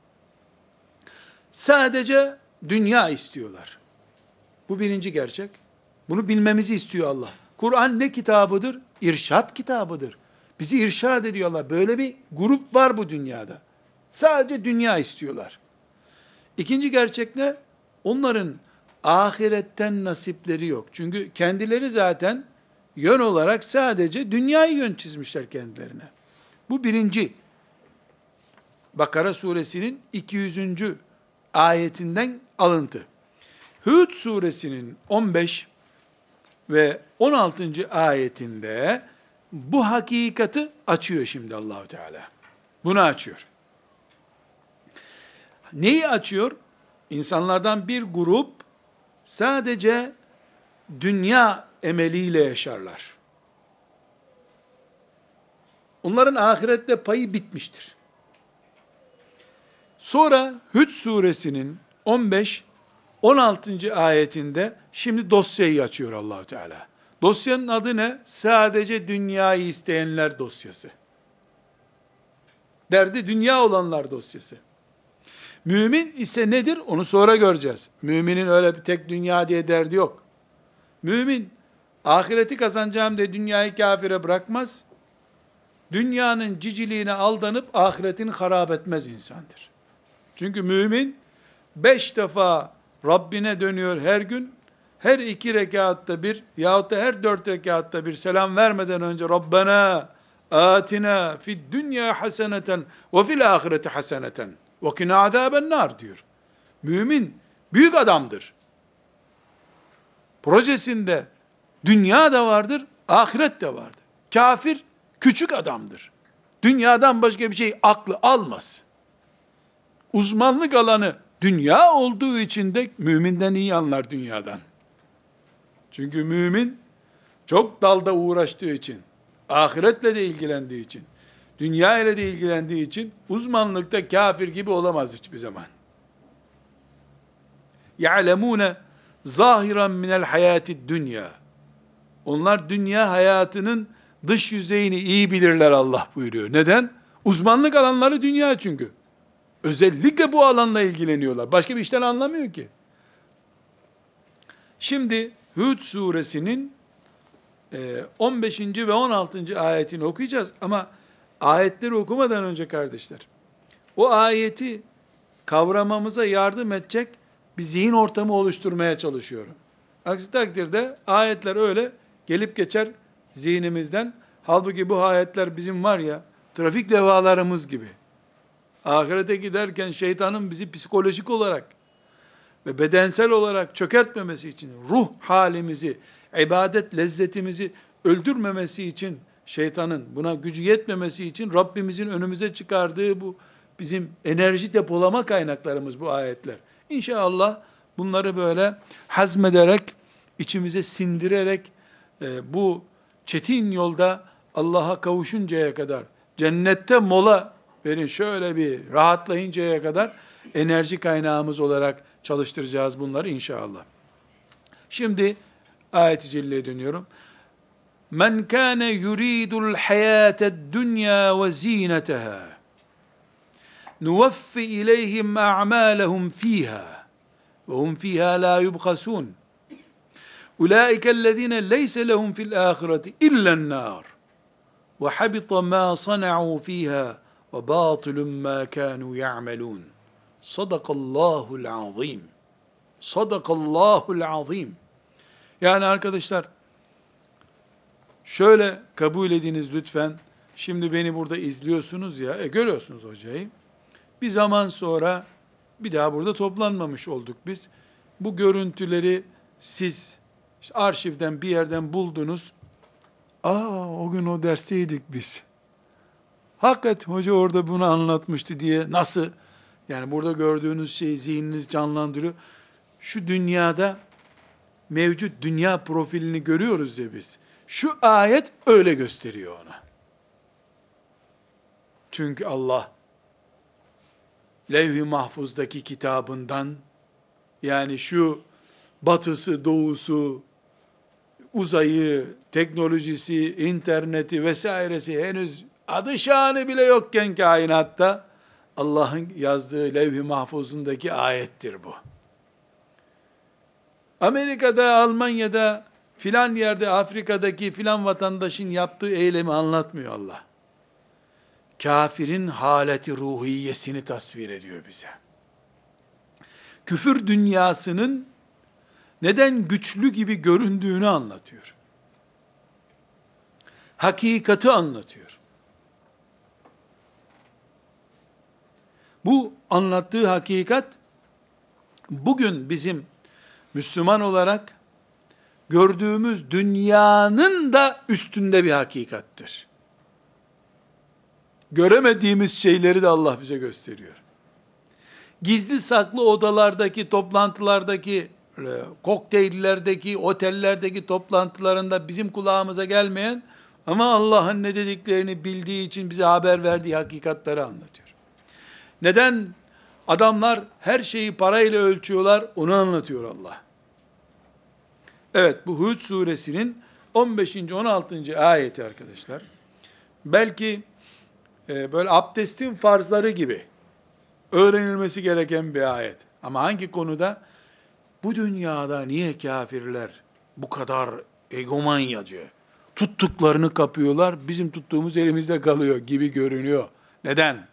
sadece dünya istiyorlar. Bu birinci gerçek. Bunu bilmemizi istiyor Allah. Kur'an ne kitabıdır? İrşad kitabıdır. Bizi irşad ediyor Allah. Böyle bir grup var bu dünyada. Sadece dünya istiyorlar. İkinci gerçek ne? Onların ahiretten nasipleri yok. Çünkü kendileri zaten yön olarak sadece dünyayı yön çizmişler kendilerine. Bu birinci. Bakara suresinin iki yüzüncü ayetinden alıntı. Hud suresinin on beş ve on altıncı ayetinde bu hakikati açıyor şimdi Allahu Teala. Bunu açıyor. Neyi açıyor? İnsanlardan bir grup sadece dünya emeliyle yaşarlar. Onların ahirette payı bitmiştir. Sonra Hud suresinin on beş on altıncı ayetinde şimdi dosyayı açıyor Allahu Teala. Dosyanın adı ne? Sadece dünyayı isteyenler dosyası. Derdi dünya olanlar dosyası. Mümin ise nedir? Onu sonra göreceğiz. Müminin öyle bir tek dünya diye derdi yok. Mümin, ahireti kazanacağım diye dünyayı kafire bırakmaz. Dünyanın ciciliğine aldanıp ahiretini harap etmez insandır. Çünkü mümin, beş defa Rabbine dönüyor her gün, her iki rekatta bir, yahut da her dört rekatta bir selam vermeden önce, Rabbena atina fid dünya haseneten ve fil ahireti haseneten ve kina azaben nar diyor. Mümin büyük adamdır. Projesinde dünya da vardır, ahiret de vardır. Kafir küçük adamdır. Dünyadan başka bir şey aklı almaz. Uzmanlık alanı dünya olduğu için de müminden iyi anlar dünyadan. Çünkü mümin çok dalda uğraştığı için, ahiretle de ilgilendiği için, dünya ile de ilgilendiği için uzmanlıkta kafir gibi olamaz hiçbir zaman. يَعْلَمُونَ zahiran minel hayati dünya. Onlar dünya hayatının dış yüzeyini iyi bilirler Allah buyuruyor. Neden? Uzmanlık alanları dünya çünkü. Özellikle bu alanla ilgileniyorlar. Başka bir işten anlamıyor ki. Şimdi Hud suresinin on beşinci ve on altıncı ayetini okuyacağız. Ama ayetleri okumadan önce kardeşler, o ayeti kavramamıza yardım edecek bir zihin ortamı oluşturmaya çalışıyorum. Aksi takdirde ayetler öyle gelip geçer zihnimizden. Halbuki bu ayetler bizim var ya, trafik levhalarımız gibi. Ahirete giderken şeytanın bizi psikolojik olarak ve bedensel olarak çökertmemesi için, ruh halimizi, ibadet lezzetimizi öldürmemesi için, şeytanın buna gücü yetmemesi için Rabbimizin önümüze çıkardığı bu bizim enerji depolama kaynaklarımız bu ayetler. İnşallah bunları böyle hazmederek, içimize sindirerek, e, bu çetin yolda Allah'a kavuşuncaya kadar, cennette mola verin şöyle bir rahatlayıncaya kadar enerji kaynağımız olarak çalıştıracağız bunları inşallah. Şimdi ayet-i celleye dönüyorum. Men kâne yuridul hayâted dünya ve zîneteha nuvaffi ileyhim a'mâlehum fîhâ ve hum fîhâ lâ yubhasûn. Ulaikellezîne leyse lehum fil âhireti illennâr ve habita mâ sana'û fîhâ ve bâtilun mâ kânû ya'melûn. Sadakallahul azîm. Sadakallahul azîm. Yani arkadaşlar, şöyle kabul ediniz lütfen. Şimdi beni burada izliyorsunuz ya, e, görüyorsunuz hocayı. Bir zaman sonra bir daha burada toplanmamış olduk biz. Bu görüntüleri siz işte arşivden bir yerden buldunuz. Aa, o gün o dersteydik biz. Hakikaten hoca orada bunu anlatmıştı diye nasıl, yani burada gördüğünüz şeyi zihniniz canlandırıyor. Şu dünyada mevcut dünya profilini görüyoruz ya biz. Şu ayet öyle gösteriyor ona. Çünkü Allah Levh-i Mahfuz'daki kitabından, yani şu batısı, doğusu, uzayı, teknolojisi, interneti vesairesi henüz adı şanı bile yokken kainatta, Allah'ın yazdığı levh-i mahfuzundaki ayettir bu. Amerika'da, Almanya'da, filan yerde, Afrika'daki filan vatandaşın yaptığı eylemi anlatmıyor Allah. Kafirin haleti ruhiyesini tasvir ediyor bize. Küfür dünyasının neden güçlü gibi göründüğünü anlatıyor. Hakikati anlatıyor. Bu anlattığı hakikat, bugün bizim Müslüman olarak gördüğümüz dünyanın da üstünde bir hakikattir. Göremediğimiz şeyleri de Allah bize gösteriyor. Gizli saklı odalardaki, toplantılardaki, kokteyllerdeki, otellerdeki toplantılarında bizim kulağımıza gelmeyen ama Allah'ın ne dediklerini bildiği için bize haber verdiği hakikatleri anlatıyor. Neden adamlar her şeyi parayla ölçüyorlar, onu anlatıyor Allah. Evet, bu Hud suresinin on beşinci on altıncı ayeti arkadaşlar. Belki e, böyle abdestin farzları gibi öğrenilmesi gereken bir ayet. Ama hangi konuda? Bu dünyada niye kafirler bu kadar egomanyacı, tuttuklarını kapıyorlar, bizim tuttuğumuz elimizde kalıyor gibi görünüyor. Neden?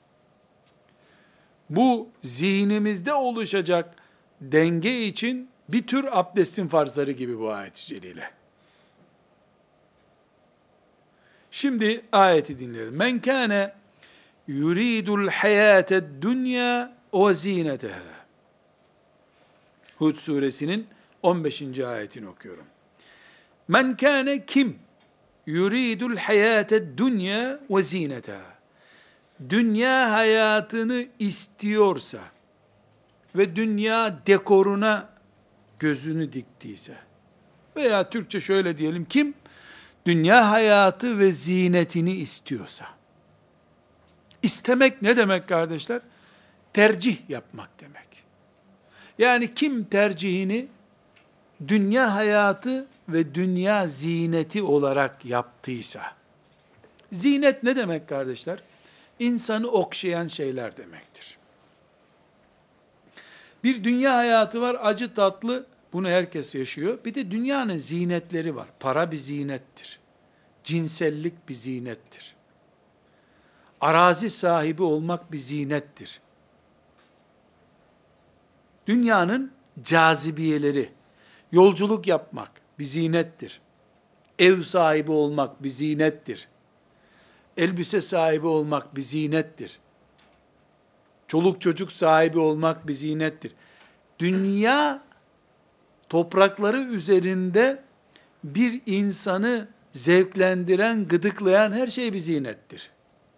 Bu zihnimizde oluşacak denge için bir tür abdestin farzları gibi bu ayet-i celile. Şimdi ayeti dinleyelim. Men kâne yuridul hayâted dünya ve zîneteha. Hud suresinin on beşinci ayetini okuyorum. Men kâne kim? Yuridul hayâted dünya ve zîneteha. Dünya hayatını istiyorsa ve dünya dekoruna gözünü diktiyse veya Türkçe şöyle diyelim, kim dünya hayatı ve zinetini istiyorsa. İstemek ne demek kardeşler? Tercih yapmak demek. Yani kim tercihini dünya hayatı ve dünya zineti olarak yaptıysa. Zinet ne demek kardeşler? İnsanı okşayan şeyler demektir. Bir dünya hayatı var, acı tatlı, bunu herkes yaşıyor. Bir de dünyanın zinetleri var. Para bir zinettir. Cinsellik bir zinettir. Arazi sahibi olmak bir zinettir. Dünyanın cazibiyeleri, yolculuk yapmak bir zinettir. Ev sahibi olmak bir zinettir. Elbise sahibi olmak bir zinettir. Çoluk çocuk sahibi olmak bir zinettir. Dünya toprakları üzerinde bir insanı zevklendiren, gıdıklayan her şey bir zinettir.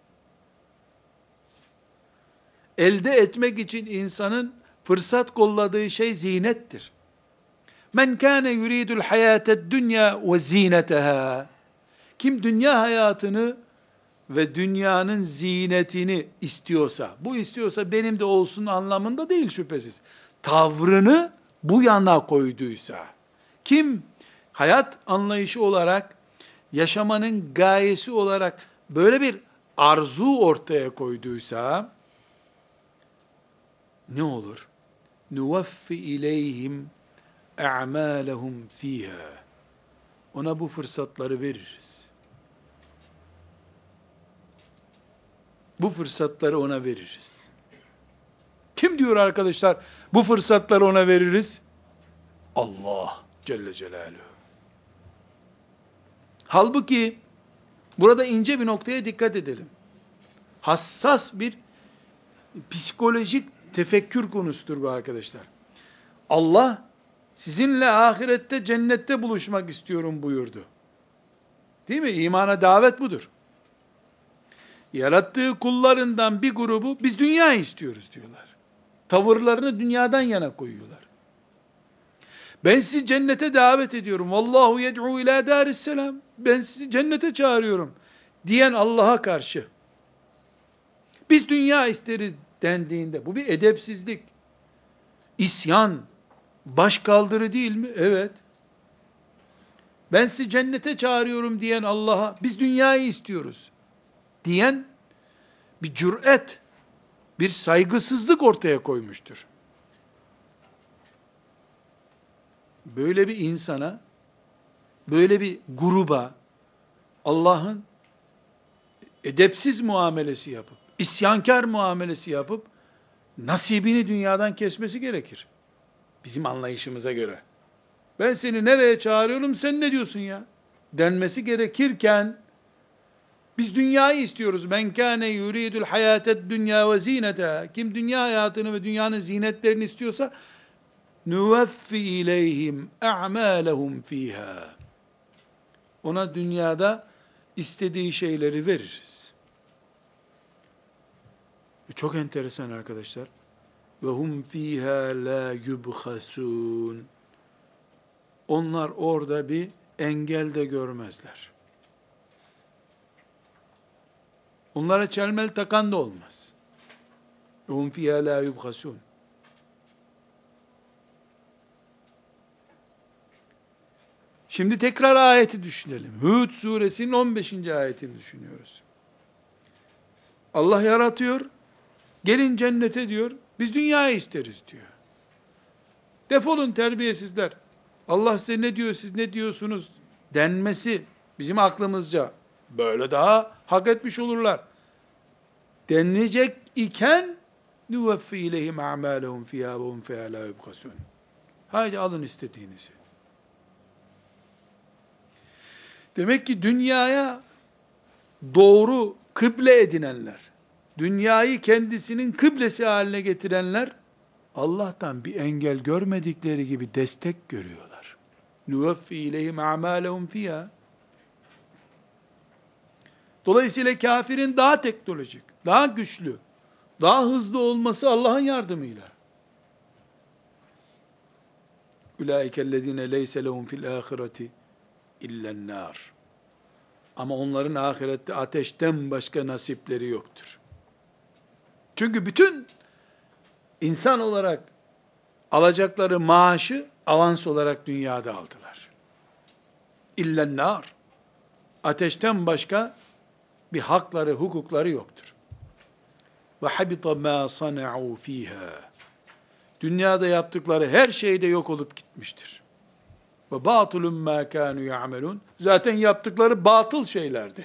Elde etmek için insanın fırsat kolladığı şey zinettir. Men kâne yuridul hayâted dünya ve zîneteha. Kim dünya hayatını ve dünyanın zinetini istiyorsa, bu istiyorsa benim de olsun anlamında değil şüphesiz. Tavrını bu yana koyduysa, kim hayat anlayışı olarak, yaşamanın gayesi olarak böyle bir arzu ortaya koyduysa, ne olur? Nuvaffi ileyhim a'malehum fiha. Ona bu fırsatları veririz. Bu fırsatları ona veririz. Kim diyor arkadaşlar, bu fırsatları ona veririz? Allah Celle Celaluhu. Halbuki, burada ince bir noktaya dikkat edelim. Hassas bir psikolojik tefekkür konusudur bu arkadaşlar. Allah, sizinle ahirette, cennette buluşmak istiyorum buyurdu. Değil mi? İmana davet budur. Yarattığı kullarından bir grubu, biz dünya istiyoruz diyorlar. Tavırlarını dünyadan yana koyuyorlar. Ben sizi cennete davet ediyorum. Vallahu yed'u ila darisselam. Ben sizi cennete çağırıyorum diyen Allah'a karşı, biz dünya isteriz dendiğinde, bu bir edepsizlik, isyan, başkaldırı değil mi? Evet. ben sizi cennete çağırıyorum diyen Allah'a, biz dünyayı istiyoruz diyen bir cüret, bir saygısızlık ortaya koymuştur. Böyle bir insana, böyle bir gruba Allah'ın edepsiz muamelesi yapıp, isyankar muamelesi yapıp, nasibini dünyadan kesmesi gerekir. Bizim anlayışımıza göre. Ben seni nereye çağırıyorum, sen ne diyorsun ya? Denmesi gerekirken, biz dünyayı istiyoruz. Men kâne yuridul hayâted dünya ve zînetâ. Kim dünya hayatını ve dünyanın zinetlerini istiyorsa, nuvaffi ileyhim a'mâlehum fîhâ. Ona dünyada istediği şeyleri veririz. E çok enteresan arkadaşlar. Ve hum fîhâ lâ yubhasûn. Onlar orada bir engel de görmezler. Onlara çelmel takan da olmaz. Ve hum fîhâ lâ yubhasûn. Şimdi tekrar ayeti düşünelim. Hud suresinin on beşinci ayetini düşünüyoruz. Allah yaratıyor, gelin cennete diyor, biz dünyayı isteriz diyor. Defolun terbiyesizler. Allah size ne diyor, siz ne diyorsunuz denmesi bizim aklımızca böyle daha hak etmiş olurlar. Denilecek iken nuvaffi ileyhim a'malehum fîhâ ve hum fîhâ lâ yubhasûn. Haydi alın istediğinizi. Demek ki dünyaya doğru kıble edinenler, dünyayı kendisinin kıblesi haline getirenler, Allah'tan bir engel görmedikleri gibi destek görüyorlar. Nuvaffi ileyhim a'malehum fîhâ. Dolayısıyla kafirin daha teknolojik, daha güçlü, daha hızlı olması Allah'ın yardımıyla. Ulaikellezine leyse lehum fil ahireti illen nar. Ama onların ahirette ateşten başka nasipleri yoktur. Çünkü bütün insan olarak alacakları maaşı avans olarak dünyada aldılar. İllen nar. Ateşten başka bir hakları, hukukları yoktur. Ve habita ma sana'u fiha. Dünyada yaptıkları her şey de yok olup gitmiştir. Ve batulun ma kanu ya'melun. Zaten yaptıkları batıl şeylerdi.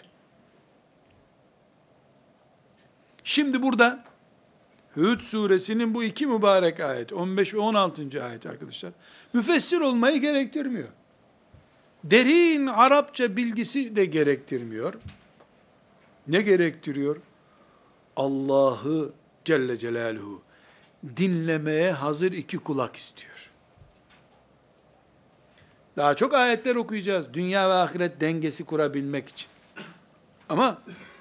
Şimdi burada Hud suresinin bu iki mübarek ayet, on beş ve on altıncı ayet arkadaşlar, müfessir olmayı gerektirmiyor. Derin Arapça bilgisi de gerektirmiyor. Ne gerektiriyor? Allah'ı Celle Celaluhu dinlemeye hazır iki kulak istiyor. Daha çok ayetler okuyacağız. Dünya ve ahiret dengesi kurabilmek için. Ama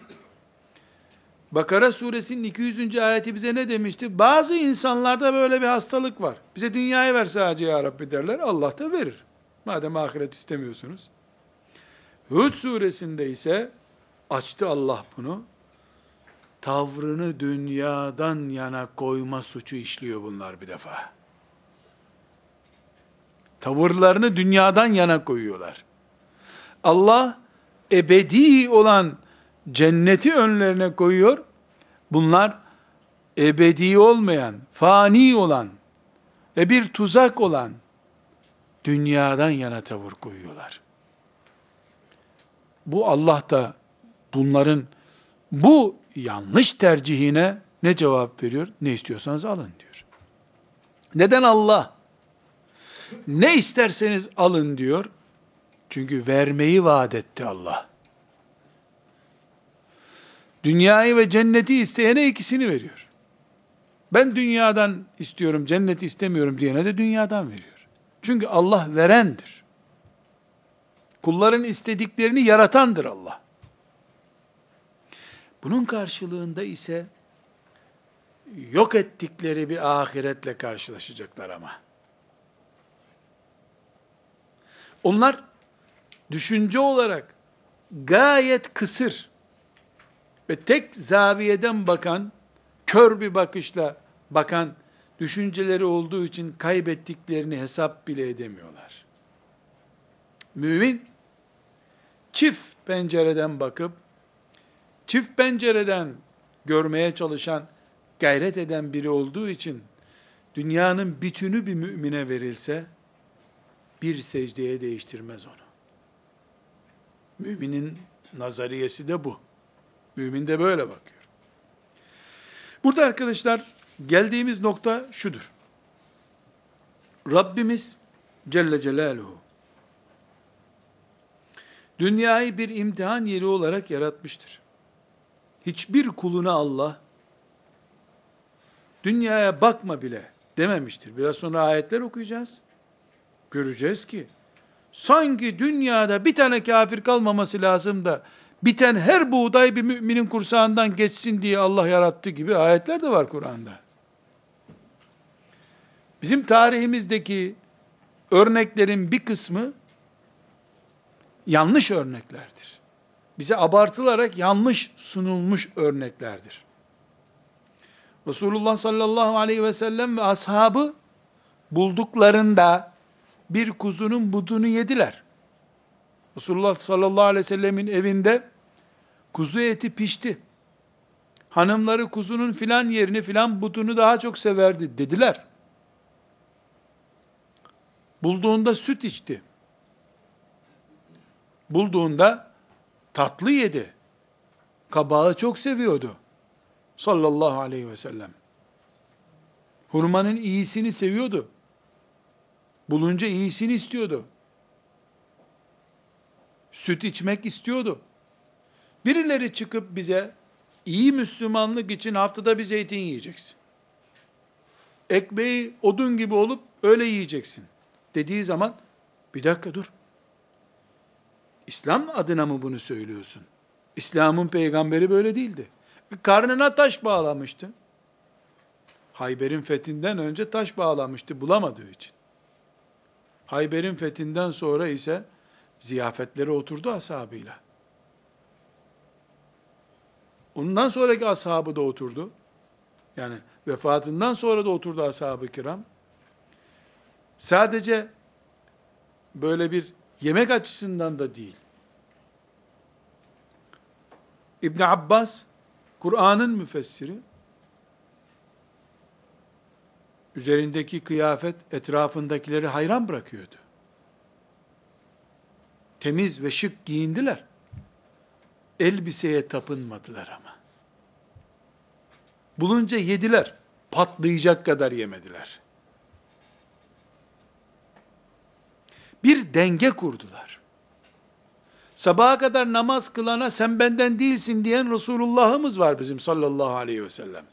Bakara suresinin iki yüzüncü ayeti bize ne demişti? Bazı insanlarda böyle bir hastalık var. Bize dünyayı ver sadece ya Rabbi derler. Allah da verir. Madem ahiret istemiyorsunuz. Hud suresinde ise açtı Allah bunu. Tavrını dünyadan yana koyma suçu işliyor bunlar bir defa. Tavırlarını dünyadan yana koyuyorlar. Allah ebedi olan cenneti önlerine koyuyor. Bunlar ebedi olmayan, fani olan ve bir tuzak olan dünyadan yana tavır koyuyorlar. Bu Allah da bunların bu yanlış tercihine ne cevap veriyor? Ne istiyorsanız alın diyor. Neden Allah ne isterseniz alın diyor? Çünkü vermeyi vaat etti Allah. Dünyayı ve cenneti isteyene ikisini veriyor. Ben dünyadan istiyorum, cenneti istemiyorum diyene de dünyadan veriyor. Çünkü Allah verendir. Kulların istediklerini yaratandır Allah. Bunun karşılığında ise yok ettikleri bir ahiretle karşılaşacaklar ama. Onlar düşünce olarak gayet kısır ve tek zaviyeden bakan, kör bir bakışla bakan düşünceleri olduğu için kaybettiklerini hesap bile edemiyorlar. Mümin çift pencereden bakıp, çift pencereden görmeye çalışan, gayret eden biri olduğu için, dünyanın bütünü bir mümine verilse, bir secdeye değiştirmez onu. Müminin nazariyesi de bu. Mümin de böyle bakıyor. Burada arkadaşlar, geldiğimiz nokta şudur. Rabbimiz Celle Celaluhu, dünyayı bir imtihan yeri olarak yaratmıştır. Hiçbir kuluna Allah, dünyaya bakma bile dememiştir. Biraz sonra ayetler okuyacağız. Göreceğiz ki, sanki dünyada bir tane kafir kalmaması lazım da, biten her buğday bir müminin kursağından geçsin diye Allah yarattı gibi ayetler de var Kur'an'da. Bizim tarihimizdeki örneklerin bir kısmı yanlış örneklerdir. Bize abartılarak yanlış sunulmuş örneklerdir. Resulullah sallallahu aleyhi ve sellem ve ashabı bulduklarında bir kuzunun budunu yediler. Resulullah sallallahu aleyhi ve sellemin evinde kuzu eti pişti. Hanımları kuzunun filan yerini filan budunu daha çok severdi dediler. Bulduğunda süt içti. Bulduğunda tatlı yedi. Kabağı çok seviyordu. Sallallahu aleyhi ve sellem. Hurmanın iyisini seviyordu. Bulunca iyisini istiyordu. Süt içmek istiyordu. Birileri çıkıp bize, iyi Müslümanlık için haftada bir zeytin yiyeceksin, ekmeği odun gibi olup öyle yiyeceksin dediği zaman, bir dakika dur. İslam adına mı bunu söylüyorsun? İslam'ın peygamberi böyle değildi. Karnına taş bağlamıştı. Hayber'in fethinden önce taş bağlamıştı bulamadığı için. Hayber'in fethinden sonra ise ziyafetlere oturdu ashabıyla. Ondan sonraki ashabı da oturdu. Yani vefatından sonra da oturdu ashab-ı kiram. Sadece böyle bir yemek açısından da değil. İbn Abbas, Kur'an'ın müfessiri, üzerindeki kıyafet etrafındakileri hayran bırakıyordu. Temiz ve şık giyindiler. Elbiseye tapınmadılar ama. Bulunca yediler. Patlayacak kadar yemediler. Bir denge kurdular. Sabaha kadar namaz kılana sen benden değilsin diyen Resulullah'ımız var bizim sallallahu aleyhi ve sellem.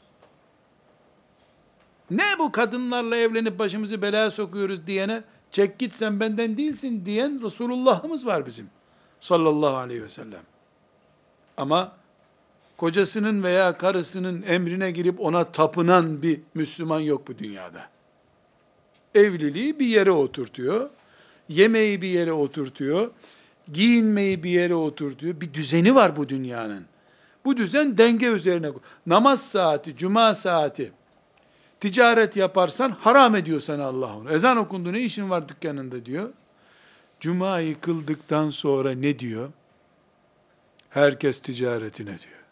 Ne bu kadınlarla evlenip başımızı belaya sokuyoruz diyene, çek git sen benden değilsin diyen Resulullah'ımız var bizim sallallahu aleyhi ve sellem. Ama kocasının veya karısının emrine girip ona tapınan bir Müslüman yok bu dünyada. Evliliği bir yere oturtuyor, yemeği bir yere oturtuyor, giyinmeyi bir yere oturtuyor. Bir düzeni var bu dünyanın. Bu düzen denge üzerine. Namaz saati, cuma saati, ticaret yaparsan haram ediyor sana Allah onu. Ezan okundu, ne işin var dükkanında diyor. Cuma'yı kıldıktan sonra ne diyor? Herkes ticaretine diyor.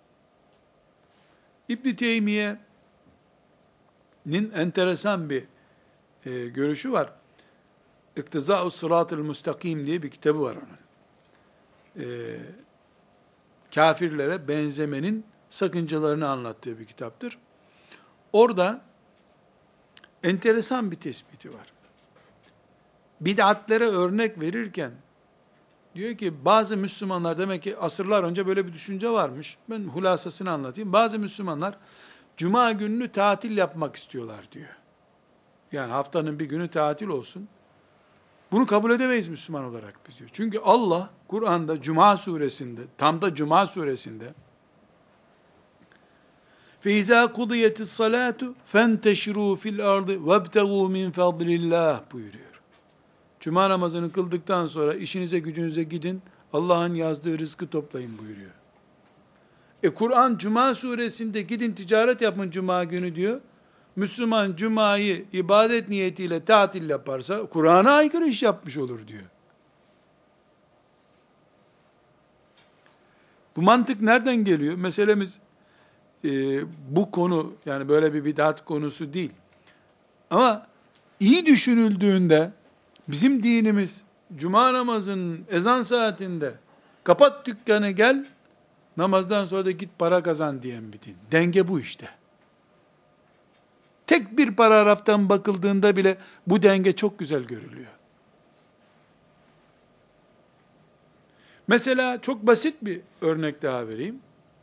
İbn Teymiye'nin enteresan bir e, görüşü var. İktizâ'u Sırat-ül Müstakim diye bir kitabı var onun. E, kafirlere benzemenin sakıncalarını anlattığı bir kitaptır. Orada enteresan bir tespiti var. Bid'atlere örnek verirken diyor ki bazı Müslümanlar, demek ki asırlar önce böyle bir düşünce varmış. Ben hulasasını anlatayım. Bazı Müslümanlar cuma gününü tatil yapmak istiyorlar diyor. Yani haftanın bir günü tatil olsun. Bunu kabul edemeyiz Müslüman olarak biz diyor. Çünkü Allah Kur'an'da Cuma suresinde, tam da Cuma suresinde فَاِذَا قُضِيَتِ الصَّلَاةُ فَانْتَشِرُوا فِي الْأَرْضِ وَابْتَغُوا مِنْ فَضْلِ اللّٰهِ buyuruyor. Cuma namazını kıldıktan sonra işinize gücünüze gidin, Allah'ın yazdığı rızkı toplayın buyuruyor. E Kur'an Cuma suresinde gidin ticaret yapın Cuma günü diyor. Müslüman Cuma'yı ibadet niyetiyle tatil yaparsa Kur'an'a aykırı iş yapmış olur diyor. Bu mantık nereden geliyor? Meselemiz e, bu konu, yani böyle bir bidat konusu değil. Ama iyi düşünüldüğünde bizim dinimiz cuma namazının ezan saatinde kapat dükkanı gel, namazdan sonra da git para kazan diyen bir din. Denge bu işte. Tek bir paragraftan bakıldığında bile bu denge çok güzel görülüyor. Mesela çok basit bir örnek daha vereyim.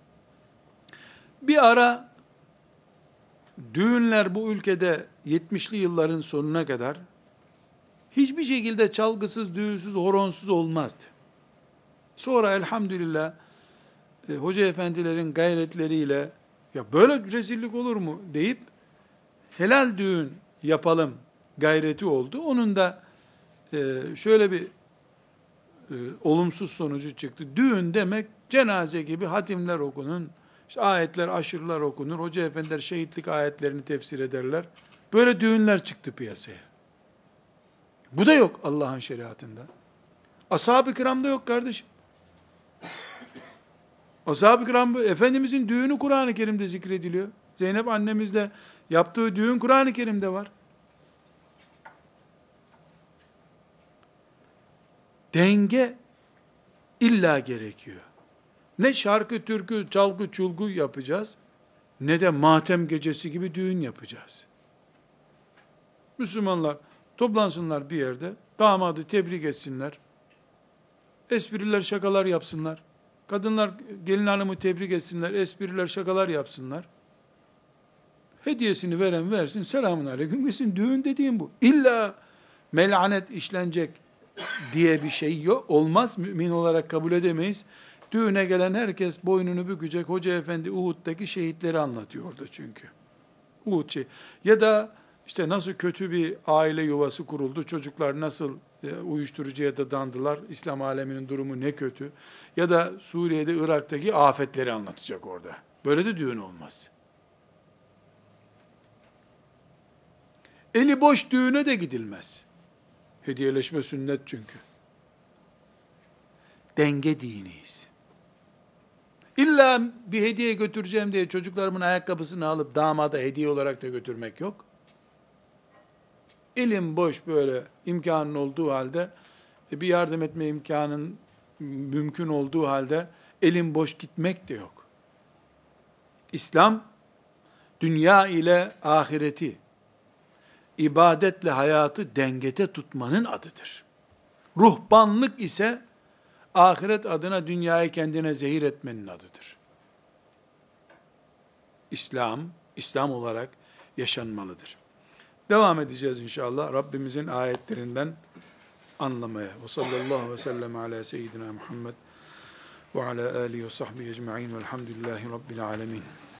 Bir ara düğünler bu ülkede yetmişli yılların sonuna kadar hiçbir şekilde çalgısız, düğünsüz, horonsuz olmazdı. Sonra elhamdülillah e, hoca efendilerin gayretleriyle ya böyle rezillik olur mu deyip helal düğün yapalım gayreti oldu. Onun da e, şöyle bir e, olumsuz sonucu çıktı. Düğün demek cenaze gibi hatimler okunun, işte ayetler, aşırılar okunur, hoca efendiler şehitlik ayetlerini tefsir ederler. Böyle düğünler çıktı piyasaya. Bu da yok Allah'ın şeriatında. Ashab-ı kiramda yok kardeşim. Ashab-ı kiram, Efendimizin düğünü Kur'an-ı Kerim'de zikrediliyor. Zeynep annemizle yaptığı düğün Kur'an-ı Kerim'de var. Denge illa gerekiyor. Ne şarkı, türkü, çalgı, çulgu yapacağız, ne de matem gecesi gibi düğün yapacağız. Müslümanlar toplansınlar bir yerde, damadı tebrik etsinler, espriler, şakalar yapsınlar. Kadınlar gelin hanımı tebrik etsinler, espriler, şakalar yapsınlar. Hediyesini veren versin, selamun aleyküm desin. Düğün dediğim bu. İlla melanet işlenecek diye bir şey yok. Olmaz, mümin olarak kabul edemeyiz. Düğüne gelen herkes boynunu bükecek. Hoca efendi Uhud'daki şehitleri anlatıyor orada çünkü. Uhud şey. Ya da işte nasıl kötü bir aile yuvası kuruldu, çocuklar nasıl e, uyuşturucuya dadandılar, İslam aleminin durumu ne kötü. Ya da Suriye'de, Irak'taki afetleri anlatacak orada. Böyle de düğün olmaz. Eli boş düğüne de gidilmez. Hediyeleşme sünnet çünkü. Denge diniyiz. İlla bir hediye götüreceğim diye çocuklarımın ayakkabısını alıp damada hediye olarak da götürmek yok. Elim boş böyle imkanın olduğu halde, bir yardım etme imkanın mümkün olduğu halde elim boş gitmek de yok. İslam, dünya ile ahireti, ibadetle hayatı dengede tutmanın adıdır. Ruhbanlık ise ahiret adına dünyayı kendine zehir etmenin adıdır. İslam, İslam olarak yaşanmalıdır. Devam edeceğiz inşallah Rabbimizin ayetlerinden anlamaya. Ve sallallahu ve sellem ala seyyidina Muhammed ve ala alihi ve sahbihi ecma'in velhamdülillahi rabbil alemin.